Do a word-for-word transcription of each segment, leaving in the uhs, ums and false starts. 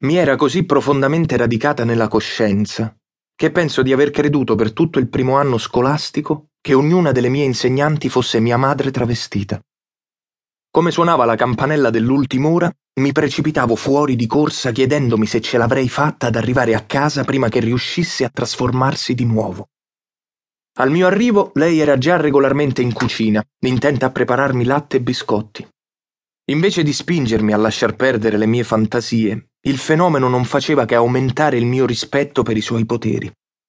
Mi era così profondamente radicata nella coscienza che penso di aver creduto per tutto il primo anno scolastico che ognuna delle mie insegnanti fosse mia madre travestita. Come suonava la campanella dell'ultima ora, mi precipitavo fuori di corsa chiedendomi se ce l'avrei fatta ad arrivare a casa prima che riuscisse a trasformarsi di nuovo. Al mio arrivo lei era già regolarmente in cucina, intenta a prepararmi latte e biscotti. Invece di spingermi a lasciar perdere le mie fantasie, il fenomeno non faceva che aumentare il mio rispetto per i suoi poteri.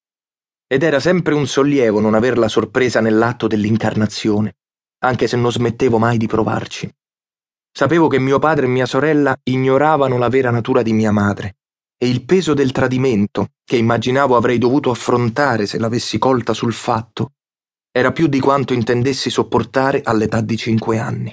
Ed era sempre un sollievo non averla sorpresa nell'atto dell'incarnazione, anche se non smettevo mai di provarci. Sapevo che mio padre e mia sorella ignoravano la vera natura di mia madre e il peso del tradimento, che immaginavo avrei dovuto affrontare se l'avessi colta sul fatto, era più di quanto intendessi sopportare all'età di cinque anni.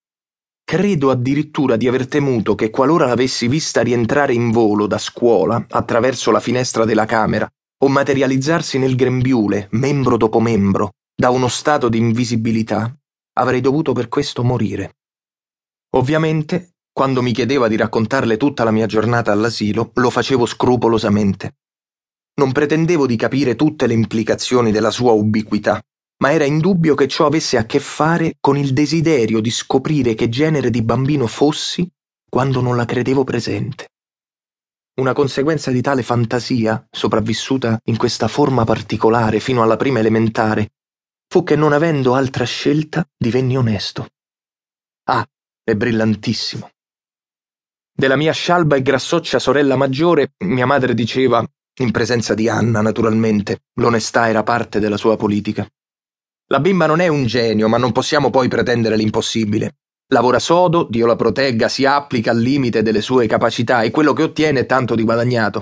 Credo addirittura di aver temuto che qualora l'avessi vista rientrare in volo da scuola attraverso la finestra della camera o materializzarsi nel grembiule, membro dopo membro, da uno stato di invisibilità, avrei dovuto per questo morire. Ovviamente, quando mi chiedeva di raccontarle tutta la mia giornata all'asilo, lo facevo scrupolosamente. Non pretendevo di capire tutte le implicazioni della sua ubiquità, ma era indubbio che ciò avesse a che fare con il desiderio di scoprire che genere di bambino fossi quando non la credevo presente. Una conseguenza di tale fantasia, sopravvissuta in questa forma particolare fino alla prima elementare, fu che non avendo altra scelta divenni onesto. Ah, è brillantissimo. Della mia scialba e grassoccia sorella maggiore, mia madre diceva, in presenza di Anna naturalmente, l'onestà era parte della sua politica. La bimba non è un genio, ma non possiamo poi pretendere l'impossibile. Lavora sodo, Dio la protegga, si applica al limite delle sue capacità e quello che ottiene è tanto di guadagnato.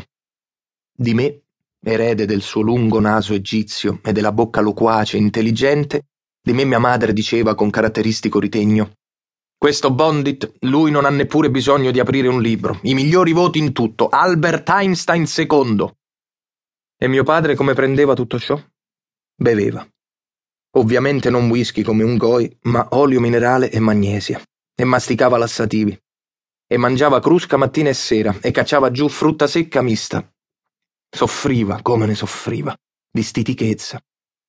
Di me, erede del suo lungo naso egizio e della bocca loquace e intelligente, di me mia madre diceva con caratteristico ritegno: questo Bondit, lui non ha neppure bisogno di aprire un libro, i migliori voti in tutto, Albert Einstein secondo. E mio padre come prendeva tutto ciò? Beveva. Ovviamente non whisky come un goi, ma olio minerale e magnesia, e masticava lassativi, e mangiava crusca mattina e sera, e cacciava giù frutta secca mista. Soffriva, come ne soffriva, di stitichezza,